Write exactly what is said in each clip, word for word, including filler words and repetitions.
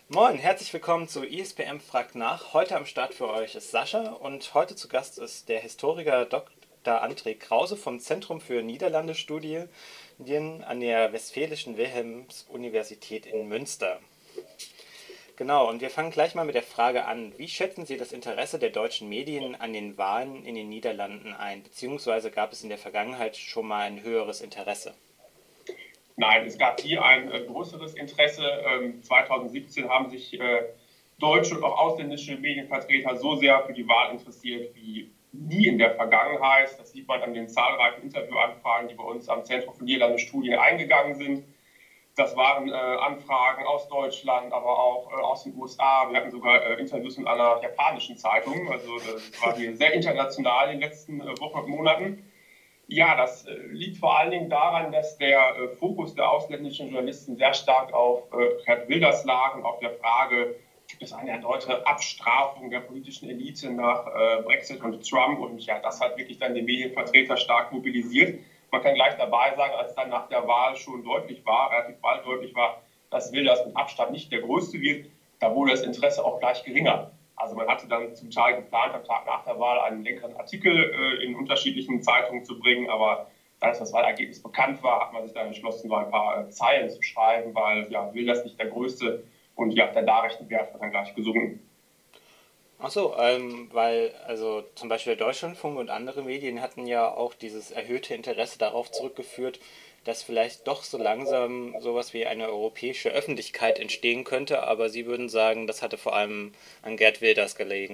Moin, herzlich willkommen zu I S P M fragt nach. Heute am Start für euch ist Sascha und heute zu Gast ist der Historiker Doktor André Krause vom Zentrum für Niederlandestudien an der Westfälischen Wilhelms-Universität in Münster. Genau, und wir fangen gleich mal mit der Frage an. Wie schätzen Sie das Interesse der deutschen Medien an den Wahlen in den Niederlanden ein? Beziehungsweise gab es in der Vergangenheit schon mal ein höheres Interesse? Nein, es gab hier ein äh, größeres Interesse. Ähm, zweitausendsiebzehn haben sich äh, deutsche und auch ausländische Medienvertreter so sehr für die Wahl interessiert wie nie in der Vergangenheit. Das sieht man an den zahlreichen Interviewanfragen, die bei uns am Zentrum für Niederlandestudien eingegangen sind. Das waren äh, Anfragen aus Deutschland, aber auch äh, aus den U S A. Wir hatten sogar äh, Interviews mit einer japanischen Zeitung. Also das war hier sehr international in den letzten äh, Wochen und Monaten. Ja, das äh, liegt vor allen Dingen daran, dass der äh, Fokus der ausländischen Journalisten sehr stark auf äh, Geert Wilders lag und auf der Frage, gibt es eine erneute Abstrafung der politischen Elite nach äh, Brexit und Trump? Und ja, das hat wirklich dann die Medienvertreter stark mobilisiert. Man kann gleich dabei sagen, als dann nach der Wahl schon deutlich war, relativ bald deutlich war, dass Wilders mit Abstand nicht der Größte wird, da wurde das Interesse auch gleich geringer. Also man hatte dann zum Teil geplant, am Tag nach der Wahl einen längeren Artikel äh, in unterschiedlichen Zeitungen zu bringen, aber als das Wahlergebnis bekannt war, hat man sich dann entschlossen, nur ein paar äh, Zeilen zu schreiben, weil ja, Wilders nicht der Größte und ja, der Nachrichtenwert hat dann gleich gesunken. Ach so, ähm, weil also zum Beispiel der Deutschlandfunk und andere Medien hatten ja auch dieses erhöhte Interesse darauf zurückgeführt, dass vielleicht doch so langsam sowas wie eine europäische Öffentlichkeit entstehen könnte, aber Sie würden sagen, das hatte vor allem an Geert Wilders gelegen.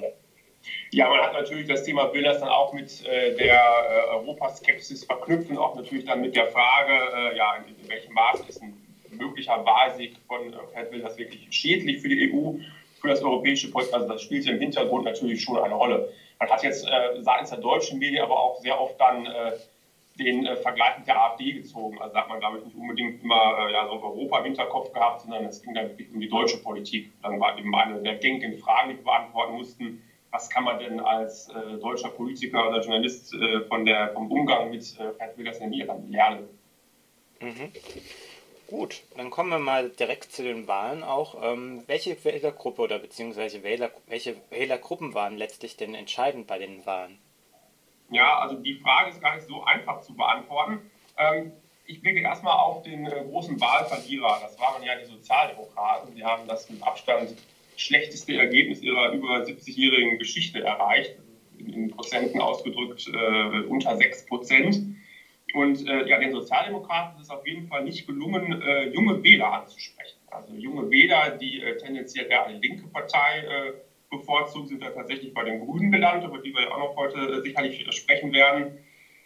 Ja, man hat natürlich das Thema Wilders dann auch mit äh, der äh, Europaskepsis verknüpft und auch natürlich dann mit der Frage, äh, ja, in, in welchem Maße ist ein möglicher Wahlsieg von äh, Geert Wilders wirklich schädlich für die E U, für das europäische Projekt. Also das spielt im Hintergrund natürlich schon eine Rolle. Man hat jetzt äh, seitens der deutschen Medien aber auch sehr oft dann äh, den äh, Vergleich mit der AfD gezogen. Also da hat man, glaube ich, nicht unbedingt immer äh, ja, so Europa im Hinterkopf gehabt, sondern es ging dann wirklich um die deutsche Politik. Dann war eben eine der gängigen Fragen, die wir beantworten mussten: Was kann man denn als äh, deutscher Politiker oder Journalist äh, von der, vom Umgang mit äh, Geert Wilders in den Niederlanden lernen? Mhm. Gut, dann kommen wir mal direkt zu den Wahlen auch. Ähm, welche Wählergruppe oder beziehungsweise Wähler, welche Wählergruppen waren letztlich denn entscheidend bei den Wahlen? Ja, also die Frage ist gar nicht so einfach zu beantworten. Ähm, ich blicke erstmal auf den äh, großen Wahlverlierer. Das waren ja die Sozialdemokraten. Die haben das mit Abstand schlechteste Ergebnis ihrer über siebzigjährigen Geschichte erreicht. In, in Prozenten ausgedrückt äh, unter sechs Prozent. Und äh, ja, den Sozialdemokraten ist es auf jeden Fall nicht gelungen, äh, junge Wähler anzusprechen. Also junge Wähler, die äh, tendenziell eher eine linke Partei äh, bevorzugt, sind da tatsächlich bei den Grünen gelandet, über die wir ja auch noch heute äh, sicherlich äh, sprechen werden.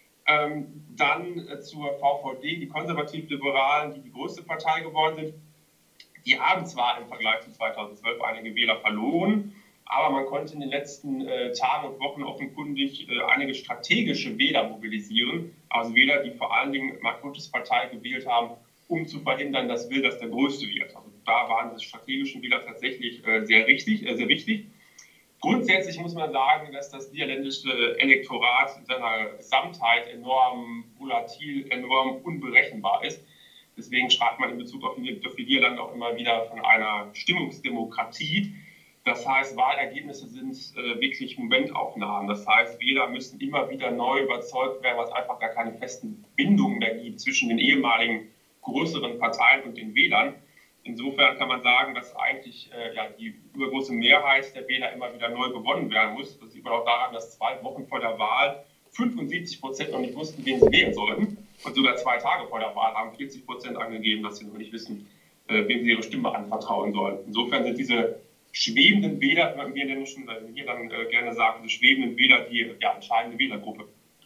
Ähm, dann äh, zur V V D, die Konservativ-Liberalen, die die größte Partei geworden sind. Die haben zwar im Vergleich zu zweitausendzwölf einige Wähler verloren, aber man konnte in den letzten äh, Tagen und Wochen offenkundig äh, einige strategische Wähler mobilisieren. Also Wähler, die vor allen Dingen Mark Rutte's Partei gewählt haben, um zu verhindern, dass Wilders der Größte wird. Also da waren die strategischen Wähler tatsächlich äh, sehr, richtig, äh, sehr wichtig. Grundsätzlich muss man sagen, dass das niederländische Elektorat in seiner Gesamtheit enorm volatil, enorm unberechenbar ist. Deswegen schreibt man in Bezug auf die Niederlande auch immer wieder von einer Stimmungsdemokratie. Das heißt, Wahlergebnisse sind äh, wirklich Momentaufnahmen. Das heißt, Wähler müssen immer wieder neu überzeugt werden, weil es einfach gar keine festen Bindungen mehr gibt zwischen den ehemaligen größeren Parteien und den Wählern. Insofern kann man sagen, dass eigentlich äh, ja, die übergroße Mehrheit der Wähler immer wieder neu gewonnen werden muss. Das sieht man auch daran, dass zwei Wochen vor der Wahl fünfundsiebzig Prozent noch nicht wussten, wen sie wählen sollten. Und sogar zwei Tage vor der Wahl haben vierzig Prozent angegeben, dass sie noch nicht wissen, äh, wem sie ihre Stimme anvertrauen sollen. Insofern sind diese schwebenden Wähler, wie wir Niederländischen, hier dann äh, gerne sagen, diese schwebenden Wähler die ja, entscheidende Wählergruppe.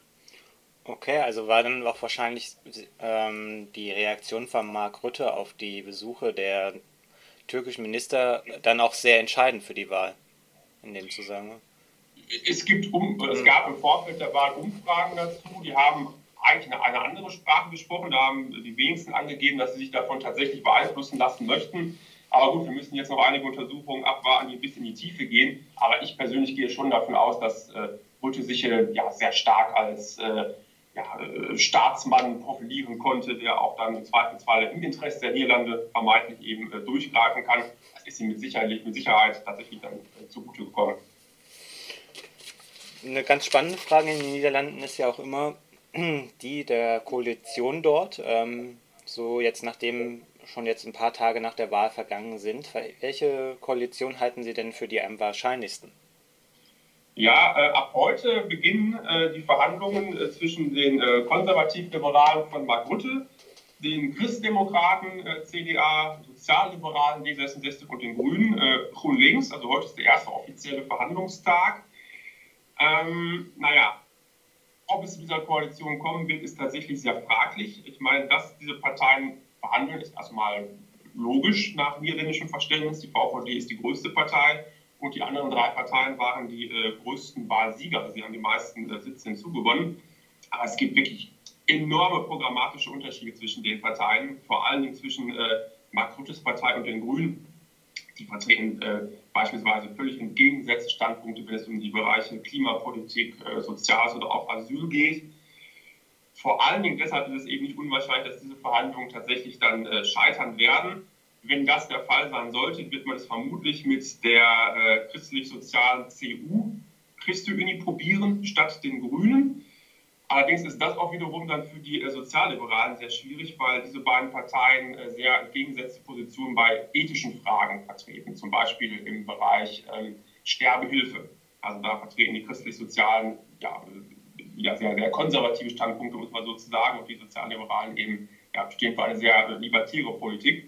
Okay, also war dann auch wahrscheinlich ähm, die Reaktion von Mark Rutte auf die Besuche der türkischen Minister dann auch sehr entscheidend für die Wahl in dem Zusammenhang. Es, gibt um, es gab im Vorfeld der Wahl Umfragen dazu, die haben eigentlich eine, eine andere Sprache gesprochen, da haben die wenigsten angegeben, dass sie sich davon tatsächlich beeinflussen lassen möchten. Aber gut, wir müssen jetzt noch einige Untersuchungen abwarten, die bis in die Tiefe gehen. Aber ich persönlich gehe schon davon aus, dass äh, Rutte sich äh, ja, sehr stark als äh, ja, äh, Staatsmann profilieren konnte, der auch dann im Zweifelsfall im Interesse der Niederlande vermeintlich eben äh, durchgreifen kann. Das ist ihm mit Sicherheit, mit Sicherheit tatsächlich dann äh, zugute gekommen. Eine ganz spannende Frage in den Niederlanden ist ja auch immer die der Koalition dort. Ähm, so jetzt nachdem schon jetzt ein paar Tage nach der Wahl vergangen sind, welche Koalition halten Sie denn für die am wahrscheinlichsten? Ja, äh, ab heute beginnen äh, die Verhandlungen äh, zwischen den äh, Konservativ-Liberalen von Mark Rutte, den Christdemokraten, äh, C D A, Sozialliberalen, D sechsundsechzig und den Grünen, äh, GroenLinks. Also heute ist der erste offizielle Verhandlungstag. Ähm, naja, ob es zu dieser Koalition kommen wird, ist tatsächlich sehr fraglich. Ich meine, dass diese Parteien verhandeln, ist erstmal logisch nach niederländischem Verständnis. Die V V D ist die größte Partei und die anderen drei Parteien waren die äh, größten Wahlsieger. Sie haben die meisten äh, Sitze hinzugewonnen. Aber es gibt wirklich enorme programmatische Unterschiede zwischen den Parteien, vor allen Dingen zwischen äh, Mark Ruttes Partei und den Grünen. Die vertreten äh, beispielsweise völlig entgegengesetzte Standpunkte, wenn es um die Bereiche Klimapolitik, äh, Soziales oder auch Asyl geht. Vor allen Dingen deshalb ist es eben nicht unwahrscheinlich, dass diese Verhandlungen tatsächlich dann äh, scheitern werden. Wenn das der Fall sein sollte, wird man es vermutlich mit der äh, christlich-sozialen C D U, Christi-Uni, probieren, statt den Grünen. Allerdings ist das auch wiederum dann für die äh, Sozialliberalen sehr schwierig, weil diese beiden Parteien äh, sehr entgegengesetzte Positionen bei ethischen Fragen vertreten, zum Beispiel im Bereich ähm, Sterbehilfe. Also da vertreten die christlich-sozialen ja, ja, sehr, sehr konservative Standpunkte, muss man sozusagen, und die Sozialliberalen eben ja, stehen für eine sehr äh, libertäre Politik.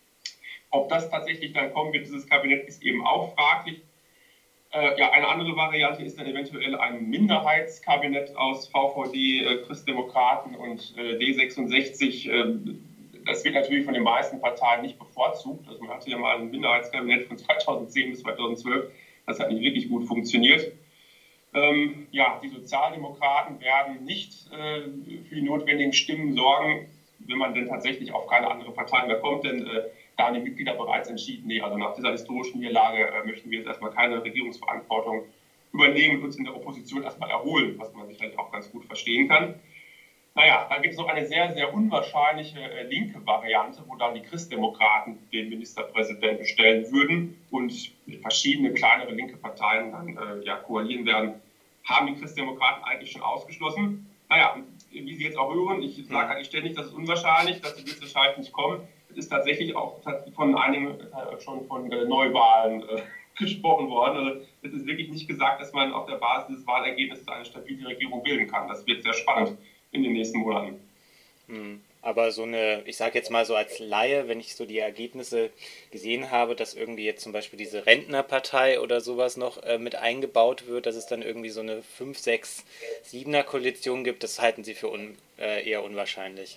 Ob das tatsächlich dann kommen wird, dieses Kabinett, ist eben auch fraglich. Äh, ja, eine andere Variante ist dann eventuell ein Minderheitskabinett aus V V D, äh, Christdemokraten und äh, D sechsundsechzig. Äh, das wird natürlich von den meisten Parteien nicht bevorzugt. Also man hatte ja mal ein Minderheitskabinett von zweitausendzehn bis zweitausendzwölf. Das hat nicht wirklich gut funktioniert. Ähm, ja, die Sozialdemokraten werden nicht äh, für die notwendigen Stimmen sorgen, wenn man denn tatsächlich auf keine andere Partei mehr kommt, denn äh, da haben die Mitglieder bereits entschieden, nee, also nach dieser historischen Niederlage äh, möchten wir jetzt erstmal keine Regierungsverantwortung übernehmen und uns in der Opposition erstmal erholen, was man sicherlich auch ganz gut verstehen kann. Naja, dann gibt es noch eine sehr, sehr unwahrscheinliche äh, linke Variante, wo dann die Christdemokraten den Ministerpräsidenten stellen würden und verschiedene kleinere linke Parteien dann äh, ja, koalieren werden. Haben die Christdemokraten eigentlich schon ausgeschlossen? Naja, wie Sie jetzt auch hören, ich sage eigentlich ständig, das ist unwahrscheinlich, dass sie jetzt wahrscheinlich nicht kommen. Es ist tatsächlich auch von einigen äh, schon von äh, Neuwahlen äh, gesprochen worden. Also es ist wirklich nicht gesagt, dass man auf der Basis des Wahlergebnisses eine stabile Regierung bilden kann. Das wird sehr spannend in den nächsten Monaten. Hm. Aber so eine, ich sage jetzt mal so als Laie, wenn ich so die Ergebnisse gesehen habe, dass irgendwie jetzt zum Beispiel diese Rentnerpartei oder sowas noch äh, mit eingebaut wird, dass es dann irgendwie so eine fünf, sechs, siebener Koalition gibt, das halten Sie für un, äh, eher unwahrscheinlich.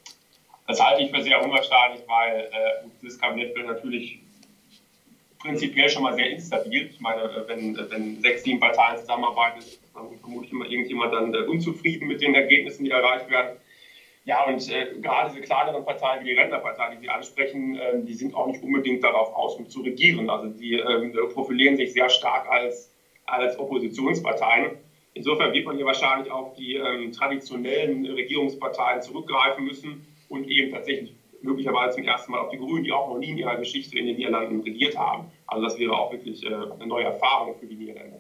Das halte ich für sehr unwahrscheinlich, weil äh, dieses Kabinett wird natürlich prinzipiell schon mal sehr instabil. Ich meine, wenn, wenn sechs, sieben Parteien zusammenarbeiten, ist dann vermutlich immer irgendjemand dann äh, unzufrieden mit den Ergebnissen, die erreicht werden. Ja, und äh, gerade diese kleineren Parteien wie die Rentnerpartei, die Sie ansprechen, äh, die sind auch nicht unbedingt darauf aus, um zu regieren. Also die äh, profilieren sich sehr stark als, als Oppositionsparteien. Insofern wird man hier wahrscheinlich auf die ähm, traditionellen Regierungsparteien zurückgreifen müssen und eben tatsächlich möglicherweise zum ersten Mal auf die Grünen, die auch noch nie in ihrer Geschichte in den Niederlanden regiert haben. Also das wäre auch wirklich äh, eine neue Erfahrung für die Niederländer.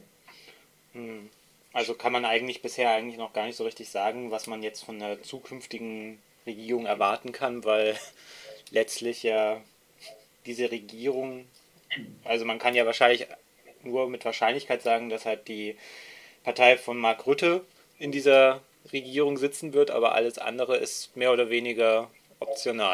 Hm. Also kann man eigentlich bisher eigentlich noch gar nicht so richtig sagen, was man jetzt von der zukünftigen Regierung erwarten kann, weil letztlich ja diese Regierung, also man kann ja wahrscheinlich nur mit Wahrscheinlichkeit sagen, dass halt die Partei von Mark Rutte in dieser Regierung sitzen wird, aber alles andere ist mehr oder weniger optional.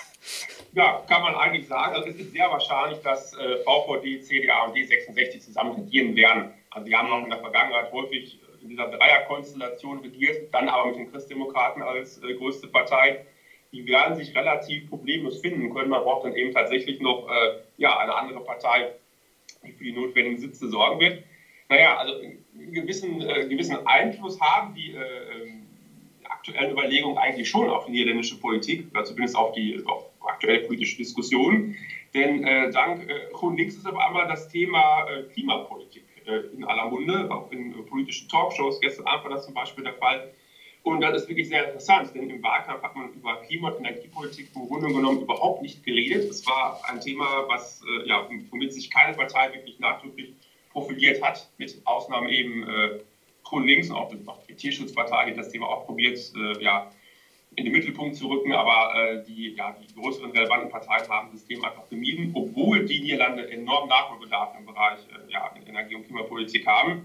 Ja, kann man eigentlich sagen. Also es ist sehr wahrscheinlich, dass äh, V V D, C D A und D sechsundsechzig zusammen regieren werden. Also die haben mhm. auch in der Vergangenheit häufig in dieser Dreierkonstellation regiert, dann aber mit den Christdemokraten als äh, größte Partei. Die werden sich relativ problemlos finden können. Man braucht dann eben tatsächlich noch äh, ja, eine andere Partei, die für die notwendigen Sitze sorgen wird. Naja, also einen gewissen, äh, gewissen Einfluss haben die äh, aktuellen Überlegungen eigentlich schon auf die niederländische Politik, oder zumindest auf die auf aktuelle politische Diskussion. Denn äh, dank äh, GroenLinks ist auf einmal das Thema äh, Klimapolitik äh, in aller Munde, auch in äh, politischen Talkshows. Gestern Abend war das zum Beispiel der Fall. Und das ist wirklich sehr interessant, denn im Wahlkampf hat man über Klima- und Energiepolitik im Grunde genommen überhaupt nicht geredet. Es war ein Thema, was, äh, ja, womit sich keine Partei wirklich nachdrücklich profiliert hat, mit Ausnahme eben äh, Grün Links und auch die Tierschutzpartei, die das Thema auch probiert, äh, ja, in den Mittelpunkt zu rücken, aber äh, die, ja, die größeren relevanten Parteien haben das Thema einfach gemieden, obwohl die Niederlande enorm Nachholbedarf im Bereich äh, ja, Energie- und Klimapolitik haben.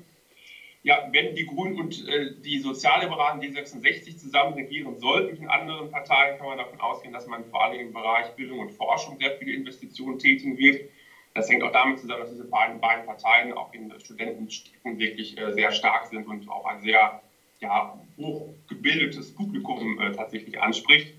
Ja, wenn die Grünen und äh, die Sozialliberalen D sechsundsechzig zusammen regieren sollten mit den anderen Parteien, kann man davon ausgehen, dass man vor allem im Bereich Bildung und Forschung sehr viele Investitionen tätigen wird. Das hängt auch damit zusammen, dass diese beiden, beiden Parteien auch in Studentenstädten wirklich äh, sehr stark sind und auch ein sehr ja, hochgebildetes Publikum äh, tatsächlich anspricht.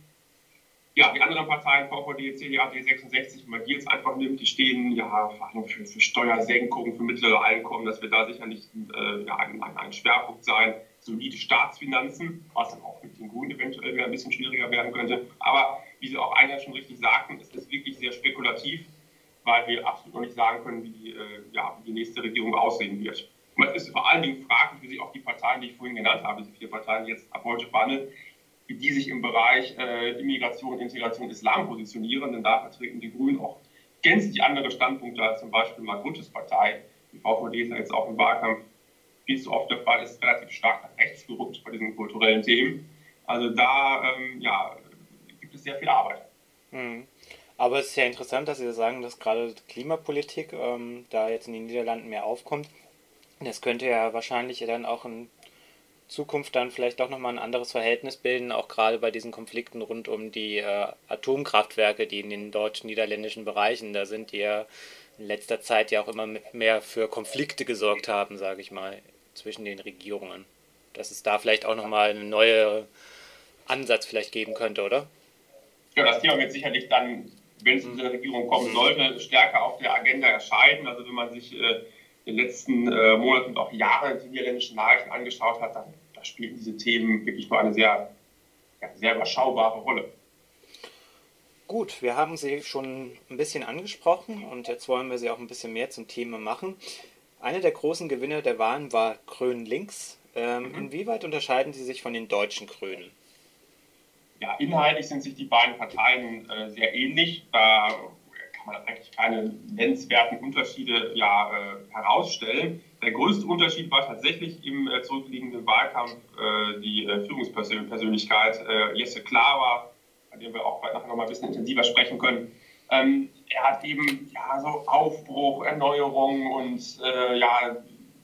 Ja, die anderen Parteien, V V D, C D A, D sechsundsechzig, wenn man die jetzt einfach nimmt, die stehen ja vor allem für, für Steuersenkungen, für mittlere Einkommen, das wird da sicherlich äh, ja, ein, ein Schwerpunkt sein. Solide Staatsfinanzen, was dann auch mit den Grünen eventuell wieder ein bisschen schwieriger werden könnte. Aber wie Sie auch eingangs schon richtig sagten, es ist wirklich sehr spekulativ, weil wir absolut noch nicht sagen können, wie die, äh, ja, wie die nächste Regierung aussehen wird. Und es ist vor allen Dingen fraglich, wie sich auch die Parteien, die ich vorhin genannt habe, diese vier Parteien, die jetzt ab heute behandeln, wie die sich im Bereich äh, Immigration, Integration, Islam positionieren, denn da vertreten die Grünen auch gänzlich andere Standpunkte als zum Beispiel Mark Rüttes Partei. Die V V D ist ja jetzt auch im Wahlkampf, wie es so oft der Fall ist, relativ stark nach rechts gerückt bei diesen kulturellen Themen. Also da ähm, ja, gibt es sehr viel Arbeit. Mhm. Aber es ist ja interessant, dass Sie sagen, dass gerade Klimapolitik ähm, da jetzt in den Niederlanden mehr aufkommt. Das könnte ja wahrscheinlich dann auch in Zukunft dann vielleicht doch nochmal ein anderes Verhältnis bilden, auch gerade bei diesen Konflikten rund um die äh, Atomkraftwerke, die in den deutschen, niederländischen Bereichen da sind, die ja in letzter Zeit ja auch immer mehr für Konflikte gesorgt haben, sage ich mal, zwischen den Regierungen. Dass es da vielleicht auch nochmal einen neuen Ansatz vielleicht geben könnte, oder? Ja, das Thema wird sicherlich dann, wenn es zu dieser Regierung kommen sollte, stärker auf der Agenda erscheinen. Also wenn man sich äh, in den letzten äh, Monaten und auch Jahren die niederländischen Nachrichten angeschaut hat, dann da spielen diese Themen wirklich nur eine sehr, ja, sehr überschaubare Rolle. Gut, wir haben sie schon ein bisschen angesprochen und jetzt wollen wir sie auch ein bisschen mehr zum Thema machen. Einer der großen Gewinner der Wahlen war Grün-Links. Ähm, Mhm. inwieweit unterscheiden sie sich von den deutschen Grünen? Ja, inhaltlich sind sich die beiden Parteien äh, sehr ähnlich. Da kann man eigentlich keine nennenswerten Unterschiede ja, äh, herausstellen. Der größte Unterschied war tatsächlich im äh, zurückliegenden Wahlkampf äh, die äh, Führungspersönlichkeit äh, Jesse Klaver, bei dem wir auch bald nachher noch mal ein bisschen intensiver sprechen können. Ähm, er hat eben ja, so Aufbruch, Erneuerung und äh, ja,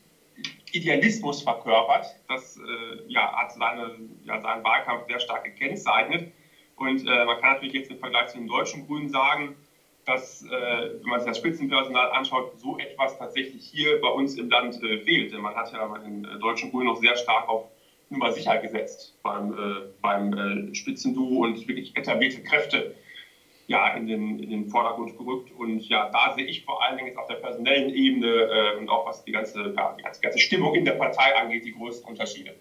Idealismus verkörpert. Das äh, ja, hat seine, ja, seinen Wahlkampf sehr stark gekennzeichnet. Und äh, man kann natürlich jetzt im Vergleich zu den deutschen Grünen sagen, dass, äh, wenn man sich das Spitzenpersonal anschaut, so etwas tatsächlich hier bei uns im Land äh, fehlt. Denn man hat ja bei den äh, deutschen Grünen noch sehr stark auf Nummer sicher gesetzt beim, äh, beim äh, Spitzenduo und wirklich etablierte Kräfte ja, in den, in den Vordergrund gerückt. Und ja, da sehe ich vor allen Dingen jetzt auf der personellen Ebene äh, und auch was die ganze, ja, die ganze, ganze Stimmung in der Partei angeht, die größten Unterschiede.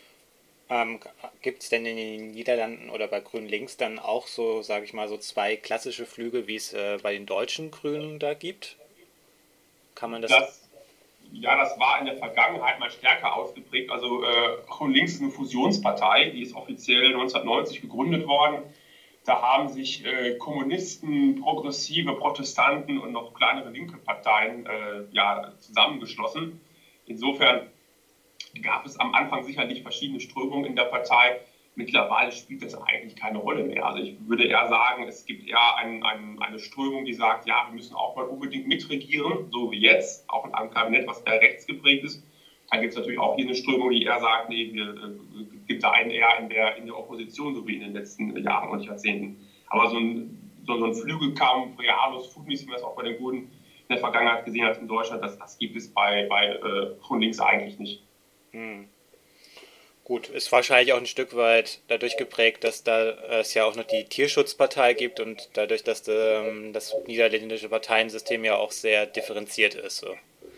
Ähm, Gibt es denn in den Niederlanden oder bei Grün-Links dann auch so, sage ich mal, so zwei klassische Flügel, wie es äh, bei den deutschen Grünen da gibt? Kann man das? Das, ja, das war in der Vergangenheit mal stärker ausgeprägt. Also äh, GrünLinks ist eine Fusionspartei, die ist offiziell neunzehnhundertneunzig gegründet worden. Da haben sich äh, Kommunisten, progressive Protestanten und noch kleinere linke Parteien äh, ja, zusammengeschlossen. Insofern gab es am Anfang sicherlich verschiedene Strömungen in der Partei. Mittlerweile spielt das eigentlich keine Rolle mehr. Also ich würde eher sagen, es gibt eher ein, ein, eine Strömung, die sagt, ja, wir müssen auch mal unbedingt mitregieren, so wie jetzt, auch in einem Kabinett, was eher rechts geprägt ist. Dann gibt es natürlich auch hier eine Strömung, die eher sagt, nee, wir äh, gibt da einen eher in der, in der Opposition, so wie in den letzten Jahren und Jahrzehnten. Aber so ein, so, so ein Flügelkampf, Realus, Futis, wie man es auch bei den Grünen in der Vergangenheit gesehen hat in Deutschland, das, das gibt es bei, bei äh, GrünLinks eigentlich nicht. Hm. Gut, ist wahrscheinlich auch ein Stück weit dadurch geprägt, dass da es ja auch noch die Tierschutzpartei gibt und dadurch, dass ähm, das niederländische Parteiensystem ja auch sehr differenziert ist. So.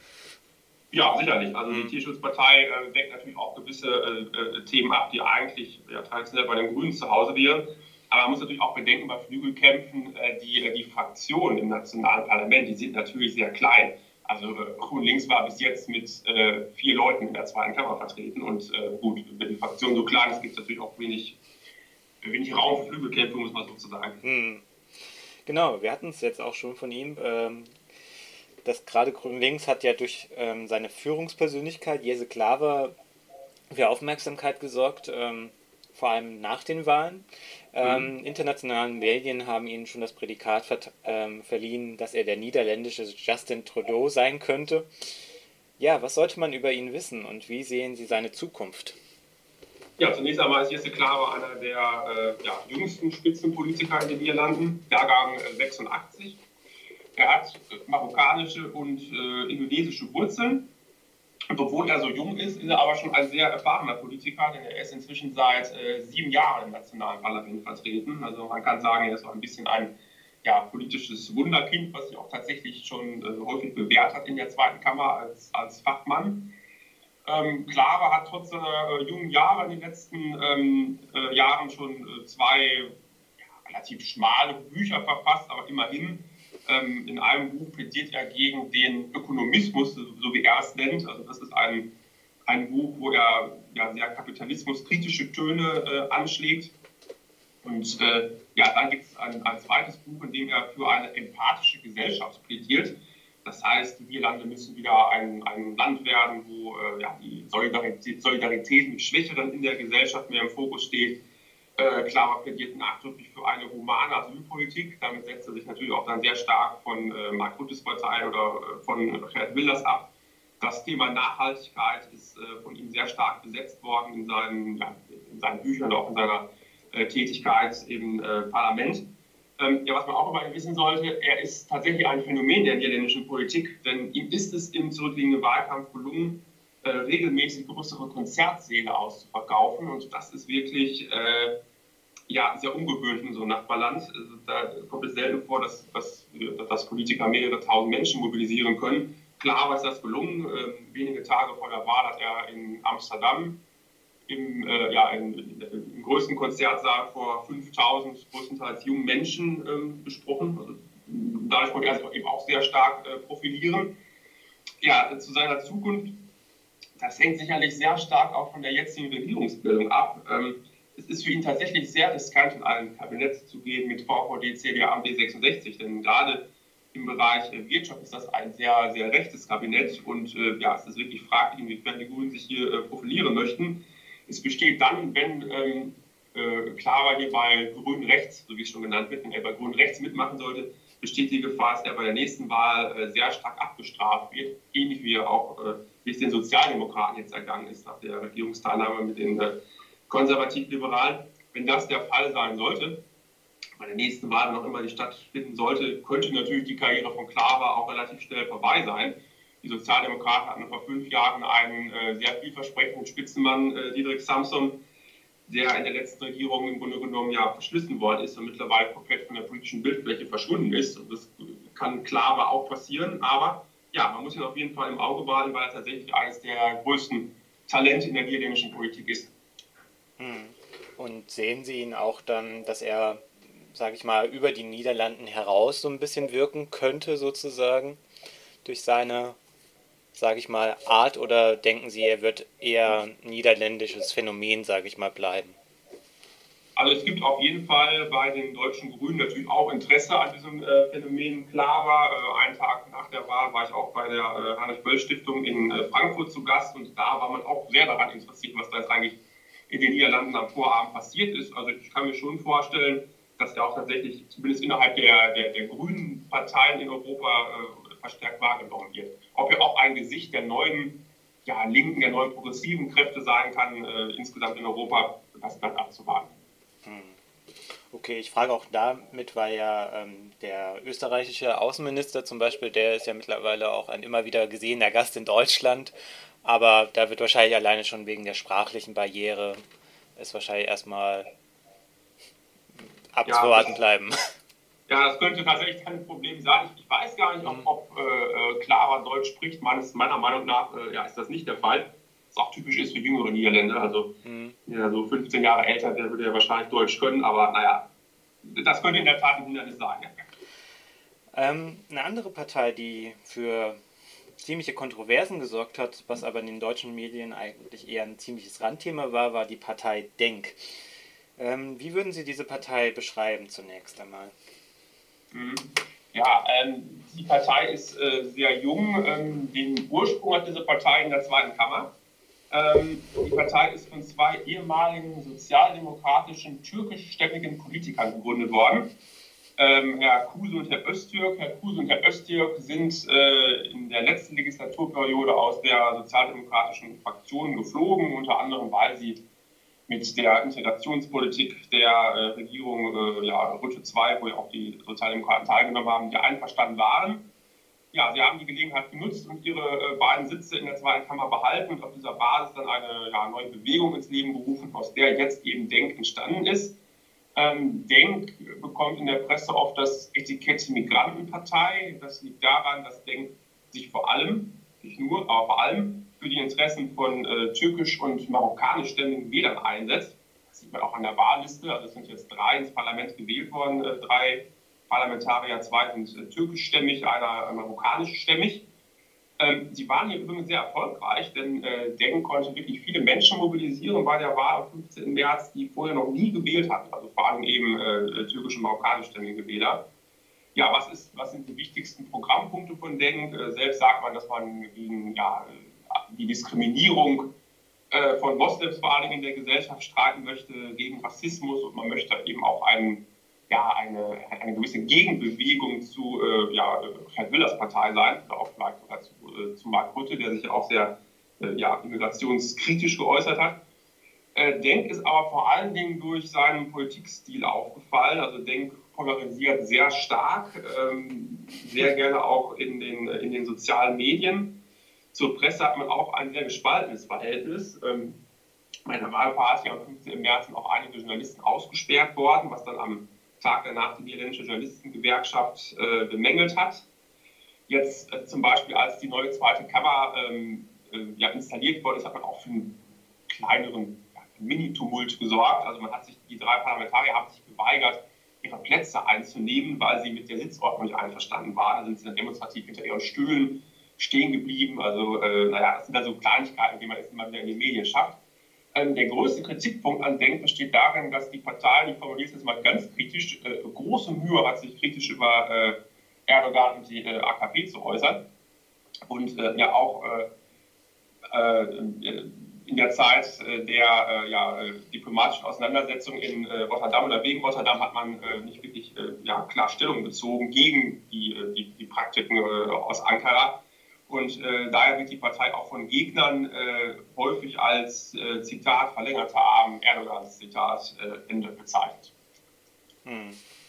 Ja, sicherlich. Also die Hm. Tierschutzpartei äh, deckt natürlich auch gewisse äh, äh, Themen ab, die eigentlich ja, traditionell bei den Grünen zu Hause wären. Aber man muss natürlich auch bedenken, bei Flügelkämpfen, äh, die, äh, die Fraktionen im nationalen Parlament, die sind natürlich sehr klein. Also äh, GroenLinks war bis jetzt mit äh, vier Leuten in der zweiten Kammer vertreten und äh, gut, wenn die Fraktion so klein ist, gibt es natürlich auch wenig, wenig Raum für Flügelkämpfe, muss man sozusagen. Hm. Genau, wir hatten es jetzt auch schon von ihm. Ähm, das gerade GroenLinks hat ja durch ähm, seine Führungspersönlichkeit, Jesse Klaver, für Aufmerksamkeit gesorgt, ähm, vor allem nach den Wahlen. Ähm, Mhm. internationalen Medien haben ihm schon das Prädikat ver ähm, verliehen, dass er der niederländische Justin Trudeau sein könnte. Ja, was sollte man über ihn wissen und wie sehen Sie seine Zukunft? Ja, zunächst einmal ist Jesse Klaver einer der äh, ja, jüngsten Spitzenpolitiker in den Niederlanden, Jahrgang äh, sechsundachtzig. Er hat äh, marokkanische und äh, indonesische Wurzeln. Und obwohl er so jung ist, ist er aber schon ein sehr erfahrener Politiker, denn er ist inzwischen seit äh, sieben Jahren im nationalen Parlament vertreten. Also man kann sagen, er ist so ein bisschen ein ja, politisches Wunderkind, was sich auch tatsächlich schon äh, häufig bewährt hat in der zweiten Kammer als, als Fachmann. Ähm, Klaver hat trotz seiner äh, jungen Jahre in den letzten ähm, äh, Jahren schon äh, zwei ja, relativ schmale Bücher verfasst, aber immerhin. Ähm, in einem Buch plädiert er gegen den Ökonomismus, so, so wie er es nennt. Also das ist ein, ein Buch, wo er ja, sehr kapitalismuskritische Töne äh, anschlägt. Und äh, ja, dann gibt es ein, ein zweites Buch, in dem er für eine empathische Gesellschaft plädiert. Das heißt, die Niederlande müssen wieder ein, ein Land werden, wo äh, ja, die Solidarität, Solidarität mit Schwächeren in der Gesellschaft mehr im Fokus steht. Äh, Klaver plädiert nachdrücklich für eine humane Asylpolitik. Damit setzt er sich natürlich auch dann sehr stark von äh, Mark Rutte's Partei oder äh, von Geert Wilders ab. Das Thema Nachhaltigkeit ist äh, von ihm sehr stark besetzt worden in seinen, ja, in seinen Büchern, auch in seiner äh, Tätigkeit im äh, Parlament. Ähm, ja, was man auch über ihn wissen sollte, er ist tatsächlich ein Phänomen der niederländischen Politik, denn ihm ist es im zurückliegenden Wahlkampf gelungen, äh, regelmäßig größere Konzertsäle auszuverkaufen, und das ist wirklich äh, ja, sehr ungewöhnlich in so einem Nachbarland. Also, da kommt es selten vor, dass, dass, dass Politiker mehrere tausend Menschen mobilisieren können. Klar ist das gelungen. Ähm, wenige Tage vor der Wahl hat er in Amsterdam im, äh, ja, im, im größten Konzertsaal vor fünftausend größtenteils jungen Menschen ähm, gesprochen. Also, dadurch konnte er sich eben auch sehr stark äh, profilieren. Ja, zu seiner Zukunft, das hängt sicherlich sehr stark auch von der jetzigen Regierungsbildung ab. Ähm, es ist für ihn tatsächlich sehr riskant, in ein Kabinett zu gehen mit V V D, C D A und B sechsundsechzig, denn gerade im Bereich äh, Wirtschaft ist das ein sehr, sehr rechtes Kabinett, und äh, ja, es ist wirklich fraglich, inwiefern die Grünen sich hier äh, profilieren möchten. Es besteht dann, wenn ähm, äh, Klaver hier bei Grün rechts, so wie es schon genannt wird, wenn er bei Grün rechts mitmachen sollte, besteht die Gefahr, dass er bei der nächsten Wahl äh, sehr stark abgestraft wird, ähnlich wie er auch äh, wie es den Sozialdemokraten jetzt ergangen ist nach der Regierungsteilnahme mit den äh, Konservativ-Liberalen. Wenn das der Fall sein sollte, bei der nächsten Wahl noch immer die stattfinden sollte, könnte natürlich die Karriere von Klaver auch relativ schnell vorbei sein. Die Sozialdemokraten hatten vor fünf Jahren einen äh, sehr vielversprechenden Spitzenmann, äh, Diederik Samsom, der in der letzten Regierung im Grunde genommen ja verschlissen worden ist und mittlerweile komplett von der politischen Bildfläche verschwunden ist. Und das kann Klaver auch passieren, aber ja, man muss ihn auf jeden Fall im Auge behalten, weil er tatsächlich eines der größten Talente in der niederländischen Politik ist. Hm. Und sehen Sie ihn auch dann, dass er, sage ich mal, über die Niederlanden heraus so ein bisschen wirken könnte, sozusagen, durch seine, sage ich mal, Art, oder denken Sie, er wird eher ein niederländisches Phänomen, sage ich mal, bleiben? Also es gibt auf jeden Fall bei den deutschen Grünen natürlich auch Interesse an diesem äh, Phänomen Klaver. Äh, einen Tag nach der Wahl war ich auch bei der äh, Heinrich-Böll-Stiftung in äh, Frankfurt zu Gast, und da war man auch sehr daran interessiert, was da jetzt eigentlich in den Niederlanden am Vorabend passiert ist. Also ich kann mir schon vorstellen, dass er auch tatsächlich zumindest innerhalb der, der, der grünen Parteien in Europa äh, verstärkt wahrgenommen wird. Ob er auch ein Gesicht der neuen ja, linken, der neuen progressiven Kräfte sein kann, äh, insgesamt in Europa, das bleibt abzuwarten. Hm. Okay, ich frage auch damit, weil ja ähm, der österreichische Außenminister zum Beispiel, der ist ja mittlerweile auch ein immer wieder gesehener Gast in Deutschland, aber da wird wahrscheinlich alleine schon wegen der sprachlichen Barriere es wahrscheinlich erstmal Ja, abzuwarten das, bleiben. ja, das könnte tatsächlich ein Problem sein. Ich, ich weiß gar nicht, ob, Hm. ob äh, Clara Deutsch spricht. Meines, meiner Meinung nach äh, ja, ist das nicht der Fall. Was auch typisch ist für jüngere Niederländer. Also Hm. ja, so fünfzehn Jahre älter, der würde ja wahrscheinlich Deutsch können. Aber naja, das könnte in der Tat ein Hindernis sein. Ja. Ähm, eine andere Partei, die für ziemliche Kontroversen gesorgt hat, was aber in den deutschen Medien eigentlich eher ein ziemliches Randthema war, war die Partei DENK. Ähm, wie würden Sie diese Partei beschreiben zunächst einmal? Ja, ähm, die Partei ist äh, sehr jung. Ähm, den Ursprung hat diese Partei in der zweiten Kammer. Ähm, die Partei ist von zwei ehemaligen sozialdemokratischen türkischstämmigen Politikern gegründet worden. Ähm, Herr Kuse und Herr Öztürk. Herr Kuse und Herr Öztürk sind äh, in der letzten Legislaturperiode aus der sozialdemokratischen Fraktion geflogen, unter anderem, weil sie mit der Integrationspolitik der äh, Regierung äh, ja, Rütte zwei, wo ja auch die Sozialdemokraten teilgenommen haben, die einverstanden waren. Ja, sie haben die Gelegenheit genutzt und ihre äh, beiden Sitze in der zweiten Kammer behalten und auf dieser Basis dann eine ja, neue Bewegung ins Leben gerufen, aus der jetzt eben DENK entstanden ist. Ähm, DENK bekommt in der Presse oft das Etikett Migrantenpartei. Das liegt daran, dass DENK sich vor allem, nicht nur, aber vor allem für die Interessen von äh, türkisch- und marokkanischstämmigen Wählern einsetzt. Das sieht man auch an der Wahlliste. Also es sind jetzt drei ins Parlament gewählt worden, äh, drei Parlamentarier, zwei sind äh, türkischstämmig, einer äh, marokkanischstämmig. Ähm, sie waren hier übrigens sehr erfolgreich, denn äh, DENK konnte wirklich viele Menschen mobilisieren bei der Wahl am fünfzehnten März, die vorher noch nie gewählt hatten, also vor allem eben äh, türkische und marokkanischstämmige Wähler. Ja, was, ist, was sind die wichtigsten Programmpunkte von DENK? Äh, selbst sagt man, dass man gegen ja, die Diskriminierung äh, von Moslems vor allem in der Gesellschaft streiten möchte, gegen Rassismus, und man möchte eben auch einen, ja, eine, eine gewisse Gegenbewegung zu äh, ja, Gerd Willers Partei sein, oder auch vielleicht sogar zu, äh, zu Mark Rutte, der sich ja auch sehr äh, ja, immigrationskritisch geäußert hat. Äh, DENK ist aber vor allen Dingen durch seinen Politikstil aufgefallen. Also DENK polarisiert sehr stark, ähm, sehr gerne auch in den, in den sozialen Medien. Zur Presse hat man auch ein sehr gespaltenes Verhältnis. Ähm, bei der Wahlparty am fünfzehnten März sind auch einige Journalisten ausgesperrt worden, was dann am Tag danach die niederländische Journalistengewerkschaft äh, bemängelt hat. Jetzt äh, zum Beispiel, als die neue zweite Kammer ähm, äh, ja, installiert wurde, hat man auch für einen kleineren ja, Mini-Tumult gesorgt. Also man hat sich, die drei Parlamentarier haben sich geweigert, ihre Plätze einzunehmen, weil sie mit der Sitzordnung nicht einverstanden waren. Da sind sie dann demonstrativ hinter ihren Stühlen stehen geblieben. Also, äh, naja, das sind dann so Kleinigkeiten, die man jetzt immer wieder in den Medien schafft. Ähm, der größte Kritikpunkt an DENK besteht darin, dass die Partei, ich formuliere es jetzt mal ganz kritisch, äh, große Mühe hat, sich kritisch über äh, Erdogan und die äh, A K P zu äußern. Und äh, ja auch äh, äh, in der Zeit äh, der äh, ja, äh, diplomatischen Auseinandersetzung in äh, Rotterdam oder wegen Rotterdam hat man äh, nicht wirklich äh, ja, klar Stellung bezogen gegen die, äh, die, die Praktiken äh, aus Ankara. Und äh, daher wird die Partei auch von Gegnern äh, häufig als äh, Zitat verlängerter Arm Erdogans Zitat äh, Ende bezeichnet. Hm.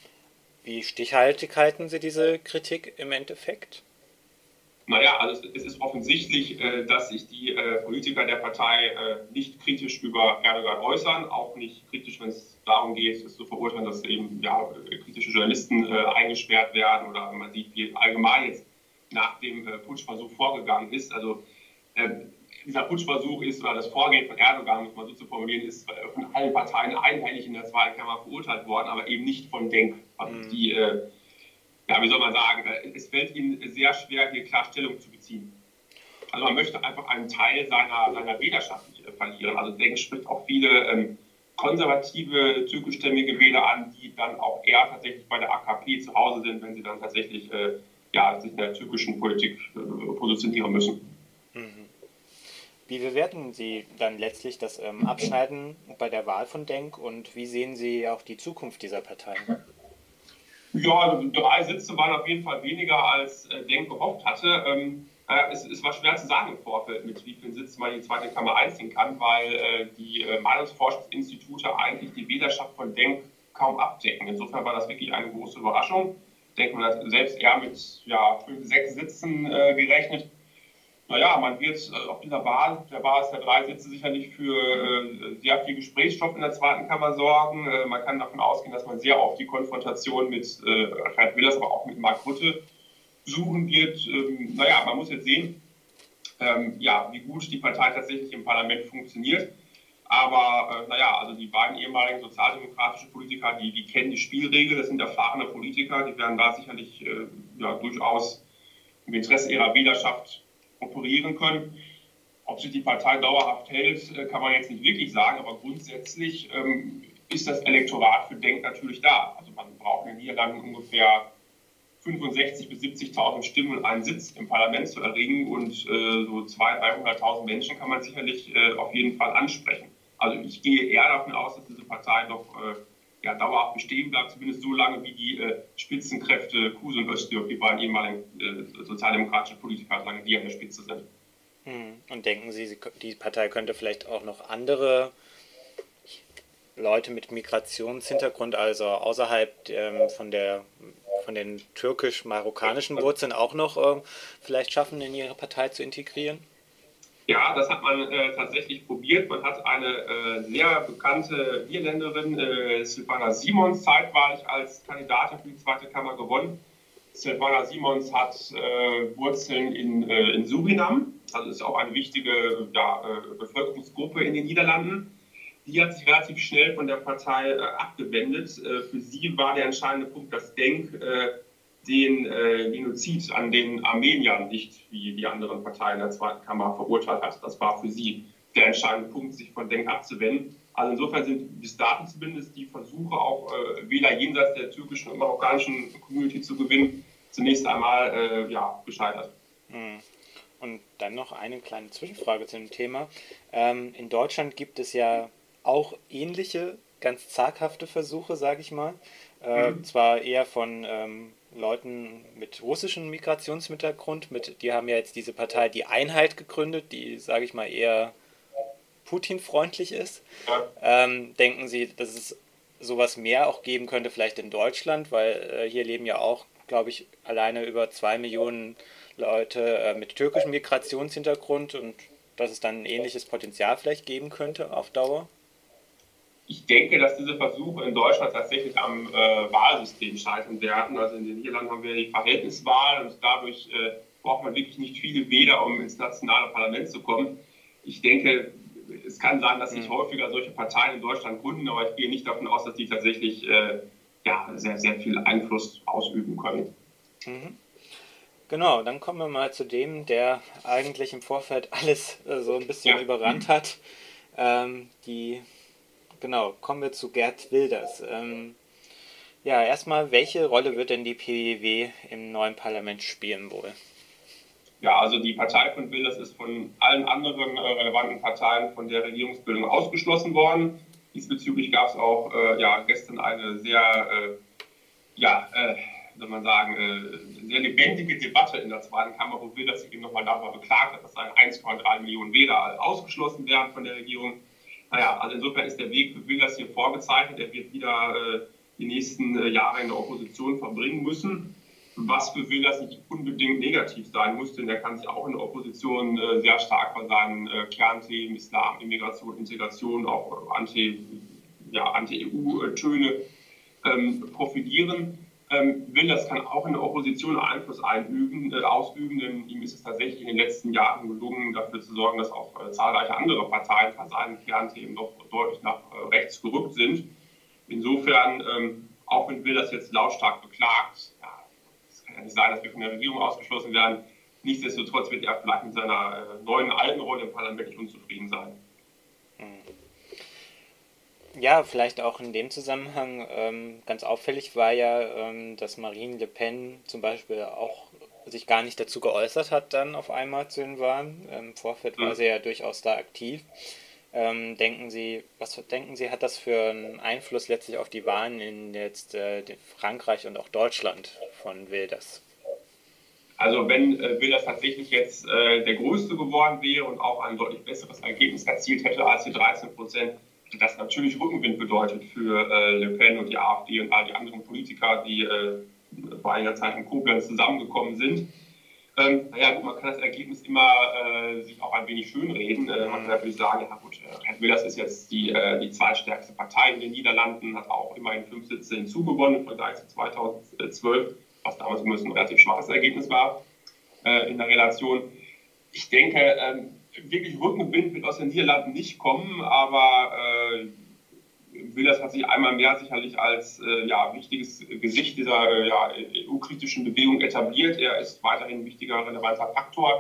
Wie stichhaltig halten Sie diese Kritik im Endeffekt? Naja, also es ist offensichtlich, äh, dass sich die äh, Politiker der Partei äh, nicht kritisch über Erdogan äußern, auch nicht kritisch, wenn es darum geht, es zu verurteilen, dass eben ja, kritische Journalisten äh, eingesperrt werden, oder man sieht, wie allgemein jetzt nach dem äh, Putschversuch vorgegangen ist. Also äh, dieser Putschversuch ist, oder das Vorgehen von Erdogan, muss man so zu formulieren, ist äh, von allen Parteien einhellig in der zweiten Kammer verurteilt worden, aber eben nicht von DENK. Also mhm. die, äh, ja, wie soll man sagen, äh, es fällt ihnen sehr schwer, hier klar Stellung zu beziehen. Also man möchte einfach einen Teil seiner, seiner Wählerschaft nicht äh, verlieren. Also DENK spricht auch viele ähm, konservative türkischstämmige Wähler an, die dann auch eher tatsächlich bei der A K P zu Hause sind, wenn sie dann tatsächlich äh, ja, sich in der türkischen Politik äh, positionieren müssen. Wie bewerten Sie dann letztlich das ähm, Abschneiden bei der Wahl von DENK und wie sehen Sie auch die Zukunft dieser Partei? Ja, also drei Sitze waren auf jeden Fall weniger, als äh, DENK gehofft hatte. Ähm, äh, es, es war schwer zu sagen im Vorfeld, mit wie vielen Sitzen man in die zweite Kammer einziehen kann, weil äh, die äh, Meinungsforschungsinstitute eigentlich die Wählerschaft von DENK kaum abdecken. Insofern war das wirklich eine große Überraschung. Ich denke, man hat selbst eher mit ja, fünf, sechs Sitzen äh, gerechnet. Naja, man wird äh, auf dieser Basis, der Basis der drei Sitze, sicherlich für äh, sehr viel Gesprächsstoff in der zweiten Kammer sorgen. Äh, man kann davon ausgehen, dass man sehr auf die Konfrontation mit äh, Gerd Willers, aber auch mit Mark Rutte suchen wird. Ähm, naja, man muss jetzt sehen, ähm, ja, wie gut die Partei tatsächlich im Parlament funktioniert. Aber äh, naja, also die beiden ehemaligen sozialdemokratischen Politiker, die, die kennen die Spielregeln, das sind erfahrene Politiker, die werden da sicherlich äh, ja, durchaus im Interesse ihrer Wählerschaft operieren können. Ob sich die Partei dauerhaft hält, kann man jetzt nicht wirklich sagen, aber grundsätzlich ähm, ist das Elektorat für Denk natürlich da. Also man braucht in den Niederlanden ungefähr fünfundsechzigtausend bis siebzigtausend Stimmen und einen Sitz im Parlament zu erringen und äh, so zweihunderttausend, dreihunderttausend Menschen kann man sicherlich äh, auf jeden Fall ansprechen. Also ich gehe eher davon aus, dass diese Partei doch äh, ja, dauerhaft bestehen bleibt, zumindest so lange wie die äh, Spitzenkräfte Kuhs und Öztürk, die beiden ehemaligen äh, sozialdemokratischen Politiker, solange die an der Spitze sind. Hm. Und denken Sie, die Partei könnte vielleicht auch noch andere Leute mit Migrationshintergrund, also außerhalb ähm, von der von den türkisch-marokkanischen Wurzeln auch noch äh, vielleicht schaffen, in ihre Partei zu integrieren? Ja, das hat man äh, tatsächlich probiert. Man hat eine äh, sehr bekannte Niederländerin, äh, Sylvana Simons, zeitweilig als Kandidatin für die zweite Kammer gewonnen. Sylvana Simons hat äh, Wurzeln in, äh, in Surinam, also ist auch eine wichtige ja, äh, Bevölkerungsgruppe in den Niederlanden. Die hat sich relativ schnell von der Partei äh, abgewendet. Äh, für sie war der entscheidende Punkt, dass Denk äh, den äh, Genozid an den Armeniern nicht, wie die anderen Parteien der zweiten Kammer, verurteilt hat. Das war für sie der entscheidende Punkt, sich von Denk abzuwenden. Also insofern sind bis dato zumindest die Versuche, auch äh, Wähler jenseits der türkischen und marokkanischen Community zu gewinnen, zunächst einmal äh, ja, gescheitert. Hm. Und dann noch eine kleine Zwischenfrage zu dem Thema. Ähm, in Deutschland gibt es ja auch ähnliche, ganz zaghafte Versuche, sage ich mal. Äh, mhm. Zwar eher von ähm, Leuten mit russischem Migrationshintergrund, mit, die haben ja jetzt diese Partei Die Einheit gegründet, die, sage ich mal, eher Putin-freundlich ist. Ja. Ähm, denken Sie, dass es sowas mehr auch geben könnte, vielleicht in Deutschland, weil äh, hier leben ja auch, glaube ich, alleine über zwei Millionen Leute äh, mit türkischem Migrationshintergrund und dass es dann ein ähnliches Potenzial vielleicht geben könnte auf Dauer? Ich denke, dass diese Versuche in Deutschland tatsächlich am äh, Wahlsystem scheitern werden. Also in den Niederlanden haben wir die Verhältniswahl und dadurch äh, braucht man wirklich nicht viele Wähler, um ins nationale Parlament zu kommen. Ich denke, es kann sein, dass sich mhm. häufiger solche Parteien in Deutschland gründen, aber ich gehe nicht davon aus, dass die tatsächlich äh, ja, sehr, sehr viel Einfluss ausüben können. Mhm. Genau, dann kommen wir mal zu dem, der eigentlich im Vorfeld alles äh, so ein bisschen ja. überrannt hat. Ähm, die Genau, kommen wir zu Geert Wilders. Ähm, ja, erstmal, welche Rolle wird denn die P V W im neuen Parlament spielen wohl? Ja, also die Partei von Wilders ist von allen anderen äh, relevanten Parteien von der Regierungsbildung ausgeschlossen worden. Diesbezüglich gab es auch äh, ja, gestern eine sehr, äh, ja, äh, soll man sagen, äh, sehr lebendige Debatte in der zweiten Kammer, wo Wilders sich eben nochmal darüber beklagt hat, dass seine eins Komma drei Millionen Wähler ausgeschlossen werden von der Regierung. Naja, also insofern ist der Weg für Wilders hier vorgezeichnet. Er wird wieder äh, die nächsten äh, Jahre in der Opposition verbringen müssen, was für Wilders nicht unbedingt negativ sein muss, denn er kann sich auch in der Opposition äh, sehr stark von seinen äh, Kernthemen Islam, Immigration, Integration, auch Anti, ja, Anti-E U-Töne ähm, profitieren. Ähm, Wilders kann auch in der Opposition Einfluss einüben, äh, ausüben, denn ihm ist es tatsächlich in den letzten Jahren gelungen, dafür zu sorgen, dass auch äh, zahlreiche andere Parteien von seinen Kernthemen doch deutlich nach äh, rechts gerückt sind. Insofern, ähm, auch wenn Wilders jetzt lautstark beklagt, ja, es kann ja nicht sein, dass wir von der Regierung ausgeschlossen werden, nichtsdestotrotz wird er vielleicht mit seiner äh, neuen, alten Rolle im Parlament nicht unzufrieden sein. Ja, vielleicht auch in dem Zusammenhang ähm, ganz auffällig war ja, ähm, dass Marine Le Pen zum Beispiel auch sich gar nicht dazu geäußert hat dann auf einmal zu den Wahlen. Im Vorfeld war sie ja durchaus da aktiv. Ähm, denken Sie, was denken Sie, hat das für einen Einfluss letztlich auf die Wahlen in jetzt äh, Frankreich und auch Deutschland von Wilders? Also wenn äh, Wilders tatsächlich jetzt äh, der Größte geworden wäre und auch ein deutlich besseres Ergebnis erzielt hätte als die dreizehn Prozent, das natürlich Rückenwind bedeutet für äh, Le Pen und die AfD und all die anderen Politiker, die äh, vor einiger Zeit in Koblenz zusammengekommen sind. Ähm, naja, gut, man kann das Ergebnis immer äh, sich auch ein wenig schönreden. Äh, man kann natürlich sagen, ja gut, Geert Wilders ist jetzt die, äh, die zweitstärkste Partei in den Niederlanden, hat auch immerhin fünf Sitze hinzugewonnen im Vergleich zu zweitausendzwölf, was damals ein relativ schwaches Ergebnis war äh, in der Relation. Ich denke, ähm, wirklich Rückenwind wird aus den Niederlanden nicht kommen, aber äh, Wilders hat sich einmal mehr sicherlich als äh, ja, wichtiges Gesicht dieser äh, ja, E U-kritischen Bewegung etabliert. Er ist weiterhin ein wichtiger, relevanter Faktor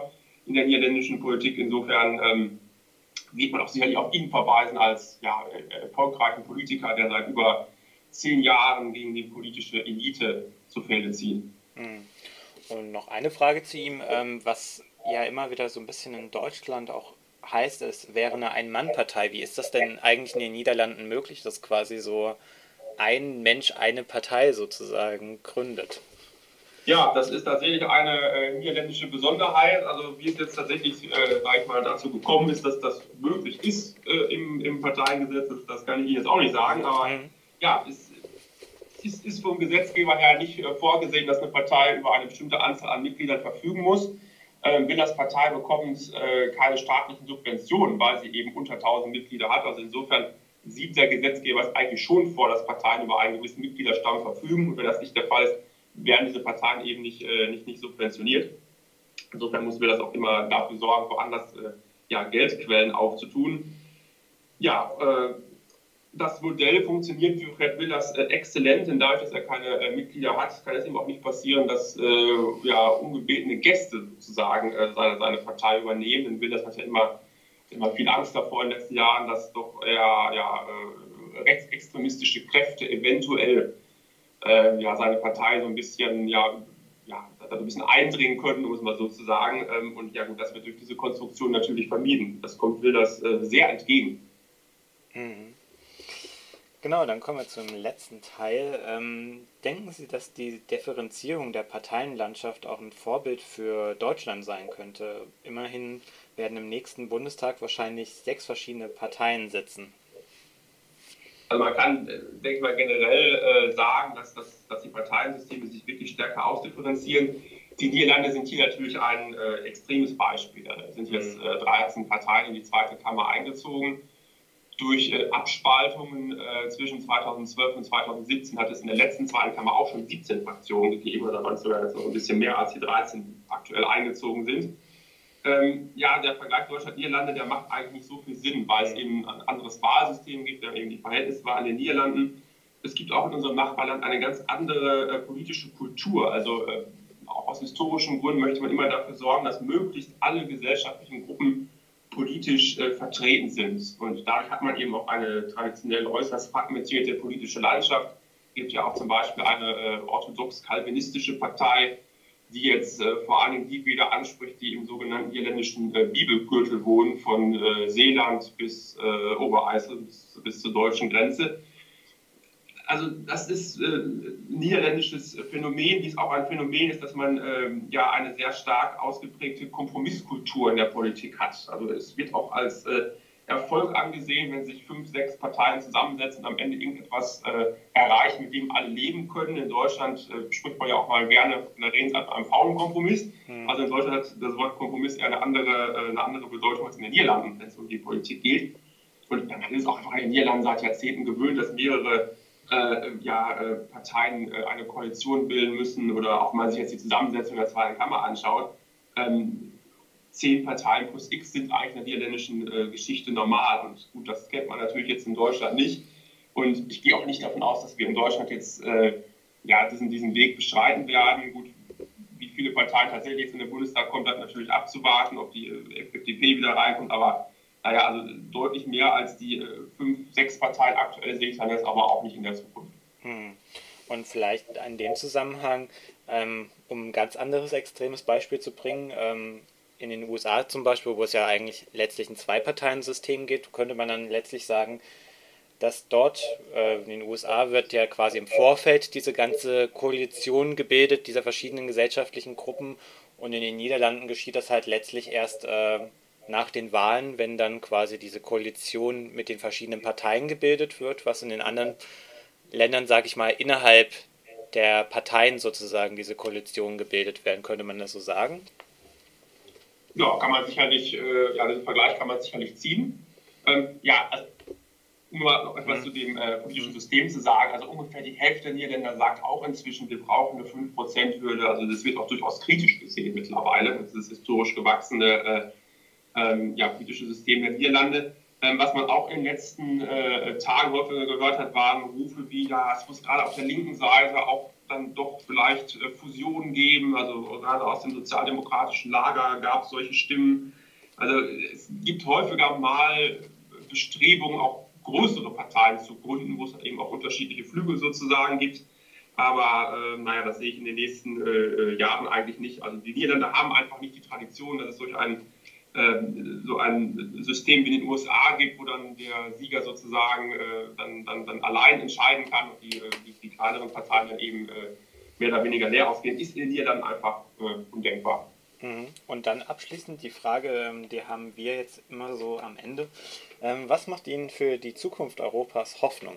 in der niederländischen Politik. Insofern ähm, wird man auch sicherlich auf ihn verweisen als ja, erfolgreichen Politiker, der seit über zehn Jahren gegen die politische Elite zu Felde zieht. Und noch eine Frage zu ihm, ähm, was ja immer wieder so ein bisschen in Deutschland auch heißt, es wäre eine Ein-Mann-Partei. Wie ist das denn eigentlich in den Niederlanden möglich, dass quasi so ein Mensch eine Partei sozusagen gründet? Ja, das ist tatsächlich eine äh, niederländische Besonderheit. Also wie es jetzt tatsächlich, äh, sag ich mal, dazu gekommen ist, dass das möglich ist äh, im, im Parteiengesetz, das, das kann ich Ihnen jetzt auch nicht sagen. Aber Mhm. ja, es ist, ist vom Gesetzgeber her nicht äh, vorgesehen, dass eine Partei über eine bestimmte Anzahl an Mitgliedern verfügen muss. Ähm, will das Partei bekommt äh, keine staatlichen Subventionen, weil sie eben unter tausend Mitglieder hat. Also insofern sieht der Gesetzgeber es eigentlich schon vor, dass Parteien über einen gewissen Mitgliederstamm verfügen. Und wenn das nicht der Fall ist, werden diese Parteien eben nicht, äh, nicht, nicht subventioniert. Insofern müssen wir das auch immer dafür sorgen, woanders äh, ja, Geldquellen aufzutun. Ja, äh, das Modell funktioniert für Fred Willers äh, exzellent, denn dadurch, dass er keine äh, Mitglieder hat, kann es ihm auch nicht passieren, dass äh, ja, ungebetene Gäste sozusagen äh, seine, seine Partei übernehmen. Denn Willers hat ja immer, immer viel Angst davor in den letzten Jahren, dass doch eher ja, äh, rechtsextremistische Kräfte eventuell Äh, ja, seine Partei so ein bisschen, ja, ja, so ein bisschen eindringen können, um es mal so zu sagen. Ähm, und ja gut, das wird durch diese Konstruktion natürlich vermieden. Das kommt Wilders äh, sehr entgegen. Mhm. Genau, dann kommen wir zum letzten Teil. Ähm, denken Sie, dass die Differenzierung der Parteienlandschaft auch ein Vorbild für Deutschland sein könnte? Immerhin werden im nächsten Bundestag wahrscheinlich sechs verschiedene Parteien sitzen. Also man kann, denke ich mal, generell äh, sagen, dass, dass, dass die Parteiensysteme sich wirklich stärker ausdifferenzieren. Die Niederlande sind hier natürlich ein äh, extremes Beispiel. Da sind jetzt äh, dreizehn Parteien in die zweite Kammer eingezogen. Durch äh, Abspaltungen äh, zwischen zweitausendzwölf und zweitausendsiebzehn hat es in der letzten zweiten Kammer auch schon siebzehn Fraktionen gegeben. Da waren es sogar jetzt noch ein bisschen mehr als die dreizehn, die aktuell eingezogen sind. Ähm, ja, der Vergleich Deutschland-Niederlande, der macht eigentlich nicht so viel Sinn, weil es eben ein anderes Wahlsystem gibt, wir haben eben die Verhältniswahl in den Niederlanden. Es gibt auch in unserem Nachbarland eine ganz andere äh, politische Kultur. Also äh, auch aus historischen Gründen möchte man immer dafür sorgen, dass möglichst alle gesellschaftlichen Gruppen politisch äh, vertreten sind. Und dadurch hat man eben auch eine traditionell äußerst fragmentierte politische Landschaft. Es gibt ja auch zum Beispiel eine äh, orthodox-kalvinistische Partei, die jetzt äh, vor allen Dingen die wieder anspricht, die im sogenannten irländischen äh, Bibelgürtel wohnen, von äh, Seeland bis äh, Obereisel, bis, bis zur deutschen Grenze. Also das ist äh, ein niederländisches Phänomen, wie es auch ein Phänomen ist, dass man äh, ja eine sehr stark ausgeprägte Kompromisskultur in der Politik hat. Also es wird auch als äh, Erfolg angesehen, wenn sich fünf, sechs Parteien zusammensetzen und am Ende irgendetwas äh, erreichen, mit dem alle leben können. In Deutschland äh, spricht man ja auch mal gerne in der Redensart von einem faulen Kompromiss. Mhm. Also in Deutschland hat das Wort Kompromiss eher eine andere, äh, eine andere Bedeutung als in den Niederlanden, wenn es um die Politik geht. Und man ist auch einfach in den Niederlanden seit Jahrzehnten gewöhnt, dass mehrere äh, ja, äh, Parteien äh, eine Koalition bilden müssen oder auch mal sich jetzt die Zusammensetzung der zweiten Kammer anschaut. Ähm, Zehn Parteien plus X sind eigentlich in der niederländischen äh, Geschichte normal. Und gut, das kennt man natürlich jetzt in Deutschland nicht. Und ich gehe auch nicht davon aus, dass wir in Deutschland jetzt äh, ja, diesen, diesen Weg beschreiten werden. Gut, wie viele Parteien tatsächlich jetzt in den Bundestag kommen, bleibt natürlich abzuwarten, ob die äh, F D P wieder reinkommt. Aber naja, also deutlich mehr als die äh, fünf, sechs Parteien aktuell sehe ich dann jetzt aber auch nicht in der Zukunft. Hm. Und vielleicht in dem Zusammenhang, ähm, um ein ganz anderes extremes Beispiel zu bringen, ähm, in den U S A zum Beispiel, wo es ja eigentlich letztlich ein Zwei-Parteien-System gibt, könnte man dann letztlich sagen, dass dort äh, in den U S A wird ja quasi im Vorfeld diese ganze Koalition gebildet, dieser verschiedenen gesellschaftlichen Gruppen, und in den Niederlanden geschieht das halt letztlich erst äh, nach den Wahlen, wenn dann quasi diese Koalition mit den verschiedenen Parteien gebildet wird, was in den anderen Ländern, sage ich mal, innerhalb der Parteien sozusagen diese Koalition gebildet werden, könnte man das so sagen? Ja, kann man sicherlich, äh, ja, den Vergleich kann man sicherlich ziehen. Ähm, ja, also, um nur noch etwas mhm. zu dem äh, politischen System zu sagen, also ungefähr die Hälfte der Niederländer sagt auch inzwischen, wir brauchen eine fünf Prozent Hürde. Also das wird auch durchaus kritisch gesehen mittlerweile, das ist das historisch gewachsene äh, ähm, ja, politische System der Niederlande. Ähm, was man auch in den letzten äh, Tagen häufiger gehört hat, waren Rufe wie, ja, es muss gerade auf der linken Seite auch dann doch vielleicht äh, Fusionen geben. Also gerade aus dem sozialdemokratischen Lager gab es solche Stimmen. Also es gibt häufiger mal Bestrebungen, auch größere Parteien zu gründen, wo es eben auch unterschiedliche Flügel sozusagen gibt. Aber äh, naja, das sehe ich in den nächsten äh, Jahren eigentlich nicht. Also die Niederländer haben einfach nicht die Tradition, dass es solch ein, äh, so ein System wie in den U S A gibt, wo dann der Sieger sozusagen äh, dann, dann, dann allein entscheiden kann und die, die, die kleineren Parteien dann eben äh, mehr oder weniger leer ausgehen, ist in den Niederlanden einfach äh, undenkbar. Und dann abschließend die Frage, die haben wir jetzt immer so am Ende. Was macht Ihnen für die Zukunft Europas Hoffnung?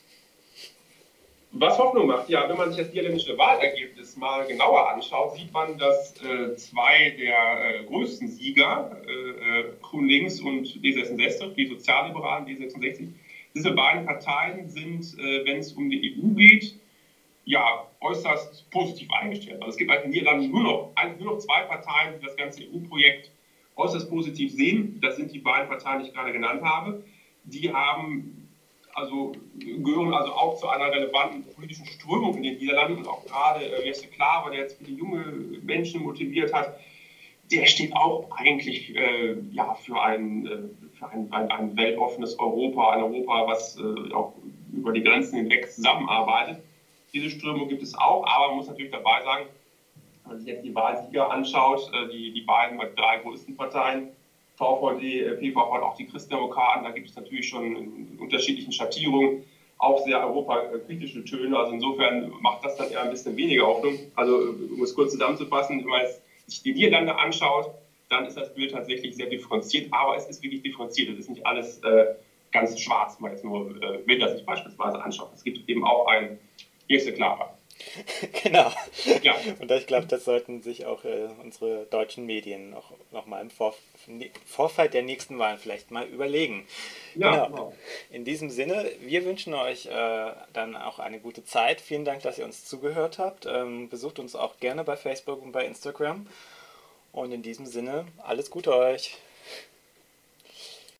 Was Hoffnung macht, ja, wenn man sich das niederländische Wahlergebnis mal genauer anschaut, sieht man, dass äh, zwei der äh, größten Sieger, äh, GroenLinks und D sechsundsechzig, die Sozialliberalen, D sechsundsechzig, diese beiden Parteien sind, äh, wenn es um die E U geht, ja, äußerst positiv eingestellt. Also es gibt halt in den Niederlanden nur noch, eigentlich nur noch zwei Parteien, die das ganze E U-Projekt äußerst positiv sehen. Das sind die beiden Parteien, die ich gerade genannt habe. Die haben also gehören also auch zu einer relevanten politischen Strömung in den Niederlanden und auch gerade äh, Jesse Klaver, der jetzt viele junge Menschen motiviert hat, der steht auch eigentlich äh, ja, für, ein, äh, für ein, ein, ein weltoffenes Europa, ein Europa, was äh, auch über die Grenzen hinweg zusammenarbeitet. Diese Strömung gibt es auch, aber man muss natürlich dabei sagen, wenn man sich jetzt die Wahlsieger anschaut, äh, die, die beiden drei größten Parteien, VVD, P V V und auch die Christdemokraten, da gibt es natürlich schon in unterschiedlichen Schattierungen auch sehr europakritische Töne. Also insofern macht das dann eher ein bisschen weniger Hoffnung. Also um es kurz zusammenzufassen, wenn man sich die Niederlande anschaut, dann ist das Bild tatsächlich sehr differenziert, aber es ist wirklich differenziert. Es ist nicht alles äh, ganz schwarz, wenn man jetzt nur äh, Bilder sich beispielsweise anschaut. Es gibt eben auch ein Jesse Klaver. Genau. Ja. Und ich glaube, das sollten sich auch äh, unsere deutschen Medien noch, noch mal im Vor Vorfeld der nächsten Wahlen vielleicht mal überlegen. Ja, genau. Genau. In diesem Sinne, wir wünschen euch äh, dann auch eine gute Zeit. Vielen Dank, dass ihr uns zugehört habt. Ähm, besucht uns auch gerne bei Facebook und bei Instagram. Und in diesem Sinne, alles Gute euch.